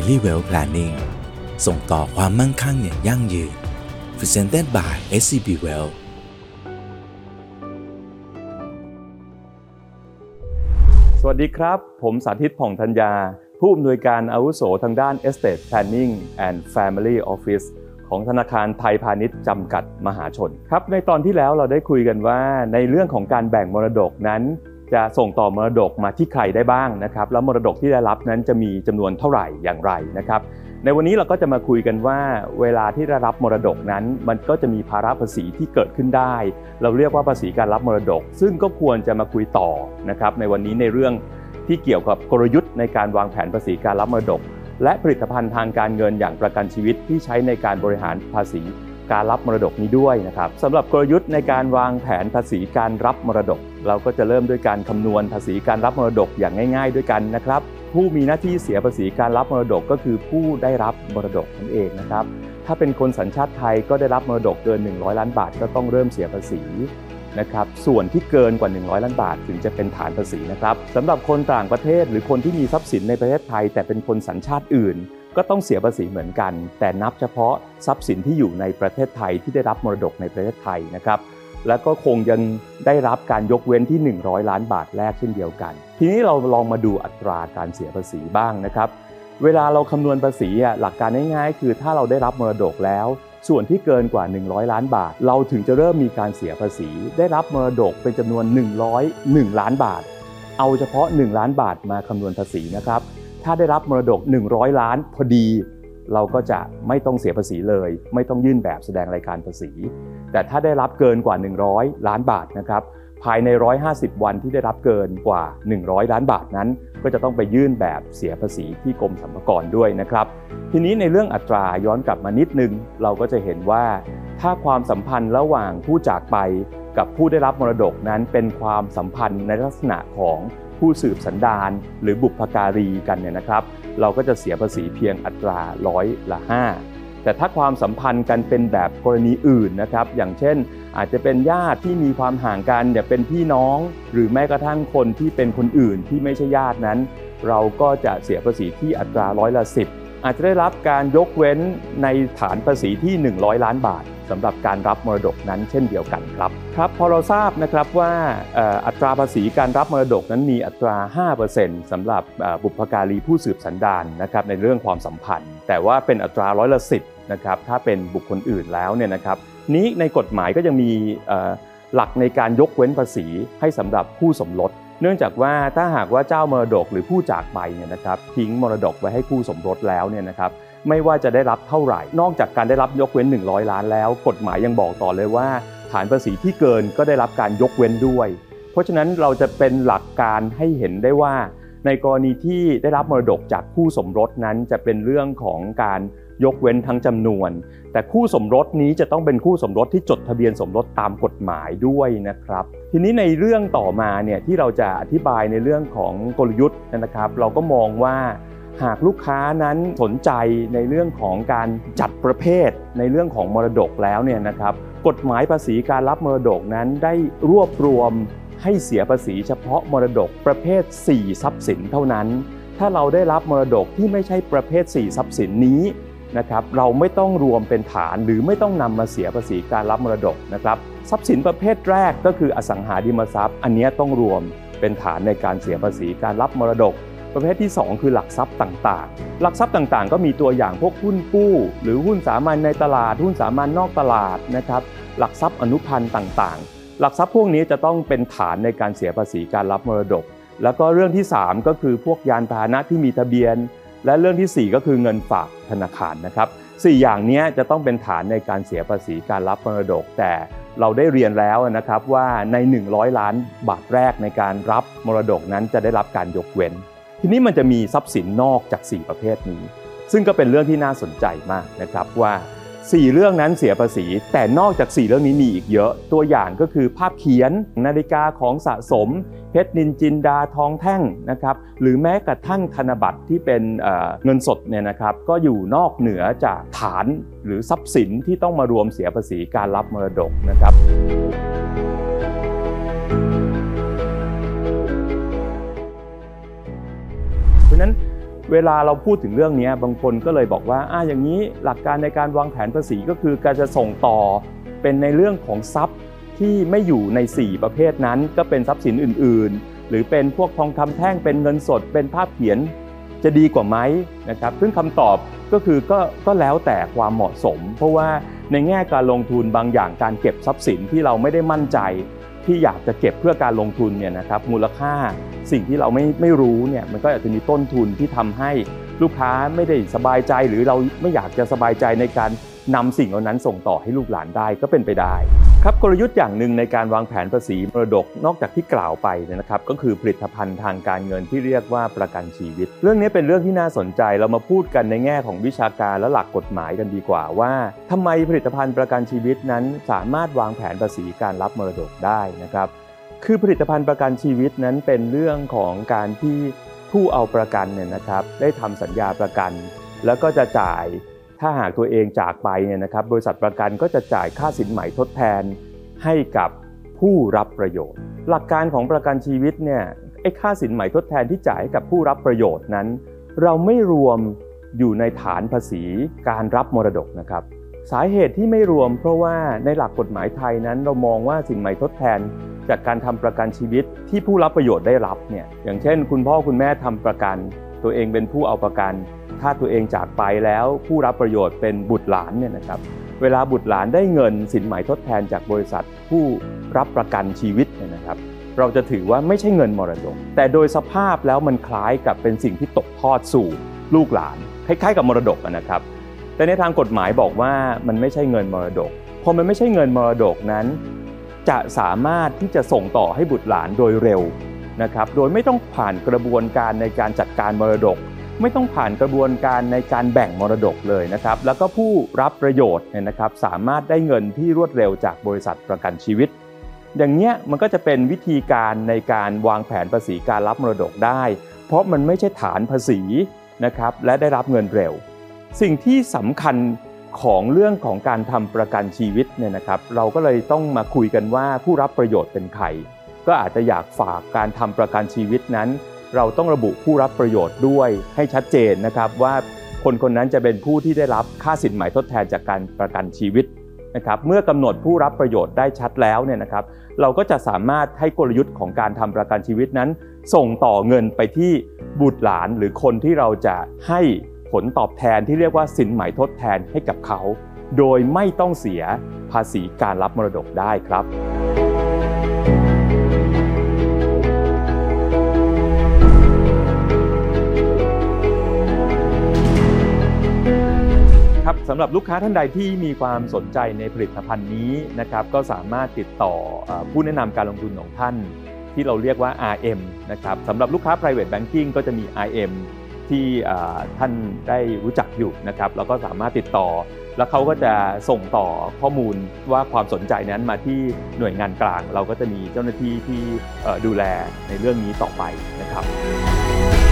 Family Wealth Planning ส่งต่อความมั่งคั่งอย่างยั่งยืน Presented by SCB Wealth สวัสดีครับผมสาธิต ผ่องธัญญาผู้อำนวยการอาวุโสทางด้าน Estate Planning and Family Office ของธนาคารไทยพาณิชย์จำกัดมหาชนครับในตอนที่แล้วเราได้คุยกันว่าในเรื่องของการแบ่งมรดกนั้นจะส่งต่อมรดกมาที่ใครได้บ้างนะครับแล้วมรดกที่ได้รับนั้นจะมีจำนวนเท่าไหร่อย่างไรนะครับในวันนี้เราก็จะมาคุยกันว่าเวลาที่ได้รับมรดกนั้นมันก็จะมีภาระภาษีที่เกิดขึ้นได้เราเรียกว่าภาษีการรับมรดกซึ่งก็ควรจะมาคุยต่อนะครับในวันนี้ในเรื่องที่เกี่ยวกับกลยุทธ์ในการวางแผนภาษีการรับมรดกและผลิตภัณฑ์ทางการเงินอย่างประกันชีวิตที่ใช้ในการบริหารภาษีการรับมรดกนี้ด้วยนะครับสำหรับกลยุทธ์ในการวางแผนภาษีการรับมรดกเราก็จะเริ่มด้วยการคำนวณภาษีการรับมรดกอย่างง่ายๆด้วยกันนะครับผู้มีหน้าที่เสียภาษีการรับมรดกก็คือผู้ได้รับมรดกนั่นเองนะครับถ้าเป็นคนสัญชาติไทยก็ได้รับมรดกเกิน100ล้านบาทก็ต้องเริ่มเสียภาษีนะครับส่วนที่เกินกว่า100ล้านบาทถึงจะเป็นฐานภาษีนะครับสำหรับคนต่างประเทศหรือคนที่มีทรัพย์สินในประเทศไทยแต่เป็นคนสัญชาติอื่นก็ต้องเสียภาษีเหมือนกันแต่นับเฉพาะทรัพย์สินที่อยู่ในประเทศไทยที่ได้รับมรดกในประเทศไทยนะครับแล้วก็คงยังได้รับการยกเว้นที่100ล้านบาทแรกเช่นเดียวกันทีนี้เราลองมาดูอัตราการเสียภาษีบ้างนะครับเวลาเราคำนวณภาษีหลักการง่ายๆคือถ้าเราได้รับมรดกแล้วส่วนที่เกินกว่า100ล้านบาทเราถึงจะเริ่มมีการเสียภาษีได้รับมรดกเป็นจำนวน101ล้านบาทเอาเฉพาะ1ล้านบาทมาคำนวณภาษีนะครับถ้าได้รับมรดก100ล้านพอดีเราก็จะไม่ต้องเสียภาษีเลยไม่ต้องยื่นแบบแสดงรายการภาษีแต่ถ้าได้รับเกินกว่า100ล้านบาทนะครับภายใน150วันที่ได้รับเกินกว่า100ล้านบาทนั้นก็จะต้องไปยื่นแบบเสียภาษีที่กรมสรรพากรด้วยนะครับทีนี้ในเรื่องอัตราย้อนกลับมานิดนึงเราก็จะเห็นว่าถ้าความสัมพันธ์ระหว่างผู้จากไปกับผู้ได้รับมรดกนั้นเป็นความสัมพันธ์ในลักษณะของผู้สืบสันดานหรือบุพการีกันเนี่ยนะครับเราก็จะเสียภาษีเพียงอัตรา5%แต่ถ้าความสัมพันธ์กันเป็นแบบกรณีอื่นนะครับอย่างเช่นอาจจะเป็นญาติที่มีความห่างกันเป็นพี่น้องหรือแม้กระทั่งคนที่เป็นคนอื่นที่ไม่ใช่ญาตินั้นเราก็จะเสียภาษีที่อัตรา10%อาจจะได้รับการยกเว้นในฐานภาษีที่100ล้านบาทสำหรับการรับมรดกนั้นเช่นเดียวกันครับพอเราทราบนะครับว่าอัตราภาษีการรับมรดกนั้นมีอัตรา 5% สำหรับบุพการีผู้สืบสันดานนะครับในเรื่องความสัมพันธ์แต่ว่าเป็นอัตรา10%นะครับถ้าเป็นบุคคลอื่นแล้วเนี่ยนะครับนี้ในกฎหมายก็ยังมีหลักในการยกเว้นภาษีให้สำหรับคู่สมรสเนื่องจากว่าถ้าหากว่าเจ้ามรดกหรือผู้จากไปเนี่ยนะครับทิ้งมรดกไว้ให้คู่สมรสแล้วเนี่ยนะครับไม่ว่าจะได้รับเท่าไหร่นอกจากการได้รับยกเว้น100ล้านแล้วกฎหมายยังบอกต่อเลยว่าฐานภาษีที่เกินก็ได้รับการยกเว้นด้วยเพราะฉะนั้นเราจะเป็นหลักการให้เห็นได้ว่าในกรณีที่ได้รับมรดกจากคู่สมรสนั้นจะเป็นเรื่องของการยกเว้นทั้งจำนวนแต่คู่สมรสนี้จะต้องเป็นคู่สมรสที่จดทะเบียนสมรสตามกฎหมายด้วยนะครับทีนี้ในเรื่องต่อมาเนี่ยที่เราจะอธิบายในเรื่องของกลยุทธ์นะครับเราก็มองว่าหากลูกค้านั้นสนใจในเรื่องของการจัดประเภทในเรื่องของมรดกแล้วเนี่ยนะครับกฎหมายภาษีการรับมรดกนั้นได้รวบรวมให้เสียภาษีเฉพาะมรดกประเภท4ทรัพย์สินเท่านั้นถ้าเราได้รับมรดกที่ไม่ใช่ประเภท4ทรัพย์สินนี้นะครับเราไม่ต้องรวมเป็นฐานหรือไม่ต้องนำมาเสียภาษีการรับมรดกนะครับทรัพย์สินประเภทแรกก็คืออสังหาริมทรัพย์อันนี้ต้องรวมเป็นฐานในการเสียภาษีการรับมรดกประเภทที่2คือหลักทรัพย์ต่างๆหลักทรัพย์ต่างๆก็มีตัวอย่างพวกหุ้นกู้หรือหุ้นสามัญในตลาดหุ้นสามัญนอกตลาดนะครับหลักทรัพย์อนุพันธ์ต่างๆหลักทรัพย์พวกนี้จะต้องเป็นฐานในการเสียภาษีการรับมรดกแล้วก็เรื่องที่3ก็คือพวกยานพาหนะที่มีทะเบียนและเรื่องที่4ก็คือเงินฝากธนาคารนะครับ4อย่างนี้จะต้องเป็นฐานในการเสียภาษีการรับมรดกแต่เราได้เรียนแล้วนะครับว่าใน100ล้านบาทแรกในการรับมรดกนั้นจะได้รับการยกเว้นทีนี้มันจะมีทรัพย์สินนอกจาก4ประเภทนี้ซึ่งก็เป็นเรื่องที่น่าสนใจมากนะครับว่า4เรื่องนั้นเสียภาษีแต่นอกจาก4เรื่องนี้มีอีกเยอะตัวอย่างก็คือภาพเขียนนาฬิกาของสะสมเพชรนินจินดาทองแท่งนะครับหรือแม้กระทั่งธนบัตรที่เป็นเงินสดเนี่ยนะครับก็อยู่นอกเหนือจากฐานหรือทรัพย์สินที่ต้องมารวมเสียภาษีการรับมรดกนะครับเพราะฉะนั้นเวลาเราพูดถึงเรื่องนี้บางคนก็เลยบอกว่าอย่างนี้หลักการในการวางแผนภาษีก็คือการจะส่งต่อเป็นในเรื่องของทรัพย์ที่ไม่อยู่ใน4ประเภทนั้นก็เป็นทรัพย์สินอื่นๆหรือเป็นพวกทองคำแท่งเป็นเงินสดเป็นภาพเขียนจะดีกว่าไหมนะครับซึ่งคำตอบก็คือก็แล้วแต่ความเหมาะสมเพราะว่าในแง่การลงทุนบางอย่างการเก็บทรัพย์สินที่เราไม่ได้มั่นใจที่อยากจะเก็บเพื่อการลงทุนเนี่ยนะครับมูลค่าสิ่งที่เราไม่รู้เนี่ยมันก็อาจจะมีต้นทุนที่ทำให้ลูกค้าไม่ได้สบายใจหรือเราไม่อยากจะสบายใจในการนำสิ่งเหล่านั้นส่งต่อให้ลูกหลานได้ก็เป็นไปได้ครับกลยุทธ์อย่างหนึ่งในการวางแผนภาษีมรดกนอกจากที่กล่าวไปนะครับก็คือผลิตภัณฑ์ทางการเงินที่เรียกว่าประกันชีวิตเรื่องนี้เป็นเรื่องที่น่าสนใจเรามาพูดกันในแง่ของวิชาการและหลักกฎหมายกันดีกว่าว่าทำไมผลิตภัณฑ์ประกันชีวิตนั้นสามารถวางแผนภาษีการรับมรดกได้นะครับคือผลิตภัณฑ์ประกันชีวิตนั้นเป็นเรื่องของการที่ผู้เอาประกันเนี่ยนะครับได้ทำสัญญาประกันแล้วก็จะจ่ายถ้าหากตัวเองจากไปเนี่ยนะครับบริษัทประกันก็จะจ่ายค่าสินไหมทดแทนให้กับผู้รับประโยชน์หลักการของประกันชีวิตเนี่ยไอ้ค่าสินไหมทดแทนที่จ่ายให้กับผู้รับประโยชน์นั้นเราไม่รวมอยู่ในฐานภาษีการรับมรดกนะครับสาเหตุที่ไม่รวมเพราะว่าในหลักกฎหมายไทยนั้นเรามองว่าสินไหมทดแทนจากการทำประกันชีวิตที่ผู้รับประโยชน์ได้รับเนี่ยอย่างเช่นคุณพ่อคุณแม่ทำประกันตัวเองเป็นผู้เอาประกันถ้าตัวเองจากไปแล้วผู้รับประโยชน์เป็นบุตรหลานเนี่ยนะครับเวลาบุตรหลานได้เงินสินไหมทดแทนจากบริษัทผู้รับประกันชีวิตเนี่ยนะครับเราจะถือว่าไม่ใช่เงินมรดกแต่โดยสภาพแล้วมันคล้ายกับเป็นสิ่งที่ตกทอดสู่ลูกหลานคล้ายๆกับมรดกนะครับแต่ในทางกฎหมายบอกว่ามันไม่ใช่เงินมรดกพอมันไม่ใช่เงินมรดกนั้นจะสามารถที่จะส่งต่อให้บุตรหลานโดยเร็วนะครับโดยไม่ต้องผ่านกระบวนการในการจัดการมรดกไม่ต้องผ่านกระบวนการในการแบ่งมรดกเลยนะครับแล้วก็ผู้รับประโยชน์เนี่ยนะครับสามารถได้เงินที่รวดเร็วจากบริษัทประกันชีวิตอย่างเงี้ยมันก็จะเป็นวิธีการในการวางแผนภาษีการรับมรดกได้เพราะมันไม่ใช่ฐานภาษีนะครับและได้รับเงินเร็วสิ่งที่สำคัญของเรื่องของการทำประกันชีวิตเนี่ยนะครับเราก็เลยต้องมาคุยกันว่าผู้รับประโยชน์เป็นใครก็อาจจะอยากฝากการทำประกันชีวิตนั้นเราต้องระบุผู้รับประโยชน์ด้วยให้ชัดเจนนะครับว่าคนนั้นจะเป็นผู้ที่ได้รับค่าสินไหมทดแทนจากการประกันชีวิตนะครับเมื่อกำหนดผู้รับประโยชน์ได้ชัดแล้วเนี่ยนะครับเราก็จะสามารถให้กลยุทธ์ของการทำประกันชีวิตนั้นส่งต่อเงินไปที่บุตรหลานหรือคนที่เราจะให้ผลตอบแทนที่เรียกว่าสินไหมทดแทนให้กับเขาโดยไม่ต้องเสียภาษีการรับมรดกได้ครับครับสำหรับลูกค้าท่านใดที่มีความสนใจในผลิตภัณฑ์นี้นะครับก็สามารถติดต่อผู้แนะนำการลงทุนของท่านที่เราเรียกว่า RM นะครับสำหรับลูกค้า private banking ก็จะมี RM ที่ท่านได้รู้จักอยู่นะครับแล้วก็สามารถติดต่อแล้วเขาก็จะส่งต่อข้อมูลว่าความสนใจนั้นมาที่หน่วยงานกลางเราก็จะมีเจ้าหน้าที่ที่ดูแลในเรื่องนี้ต่อไปนะครับ